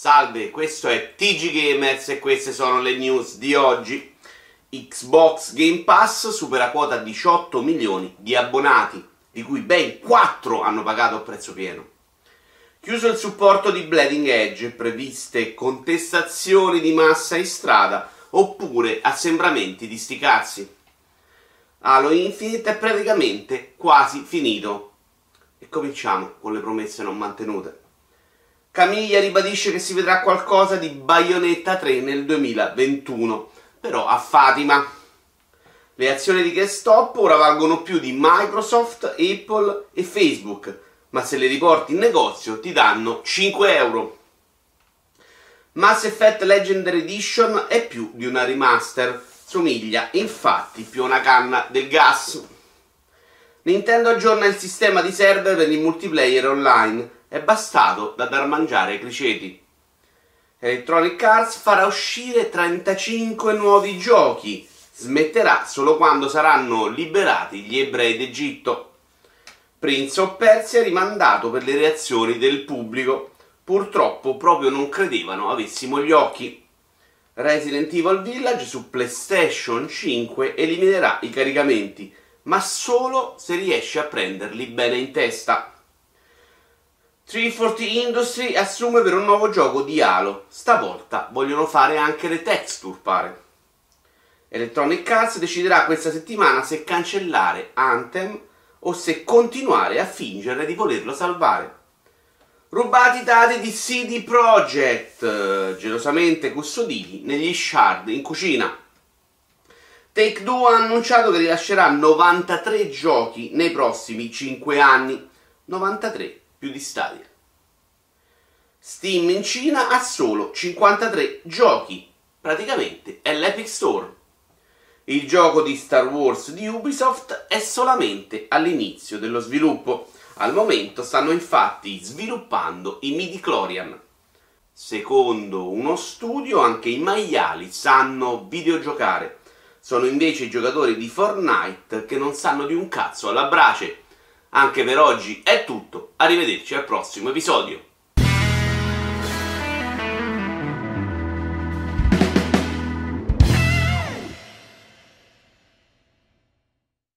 Salve, questo è TG Gamers e queste sono le news di oggi. Xbox Game Pass supera quota 18 milioni di abbonati, di cui ben 4 hanno pagato a prezzo pieno. Chiuso il supporto di Bleeding Edge, previste contestazioni di massa in strada oppure assembramenti di sti cazzi. Halo Infinite è praticamente quasi finito. E cominciamo con le promesse non mantenute. Camiglia ribadisce che si vedrà qualcosa di Bayonetta 3 nel 2021, però a Fatima. Le azioni di GameStop ora valgono più di Microsoft, Apple e Facebook, ma se le riporti in negozio ti danno 5 euro. Mass Effect Legendary Edition è più di una remaster, somiglia infatti più a una canna del gas. Nintendo aggiorna il sistema di server per il multiplayer online, è bastato da dar mangiare ai criceti. Electronic Arts farà uscire 35 nuovi giochi, smetterà solo quando saranno liberati gli ebrei d'Egitto. Prince of Persia rimandato per le reazioni del pubblico, purtroppo proprio non credevano avessimo gli occhi. Resident Evil Village su PlayStation 5 eliminerà i caricamenti, ma solo se riesce a prenderli bene in testa. 340 Industry assume per un nuovo gioco di Halo, stavolta vogliono fare anche le texture, pare. Electronic Arts deciderà questa settimana se cancellare Anthem o se continuare a fingere di volerlo salvare. Rubati i dati di CD Projekt, gelosamente custoditi negli shard in cucina. Take-Two ha annunciato che rilascerà 93 giochi nei prossimi 5 anni, 93 più di Stadia. Steam in Cina ha solo 53 giochi, praticamente è l'Epic Store. Il gioco di Star Wars di Ubisoft è solamente all'inizio dello sviluppo, al momento stanno infatti sviluppando i midi-chlorian. Secondo uno studio anche i maiali sanno videogiocare, sono invece i giocatori di Fortnite che non sanno di un cazzo alla brace. Anche per oggi è tutto, arrivederci al prossimo episodio.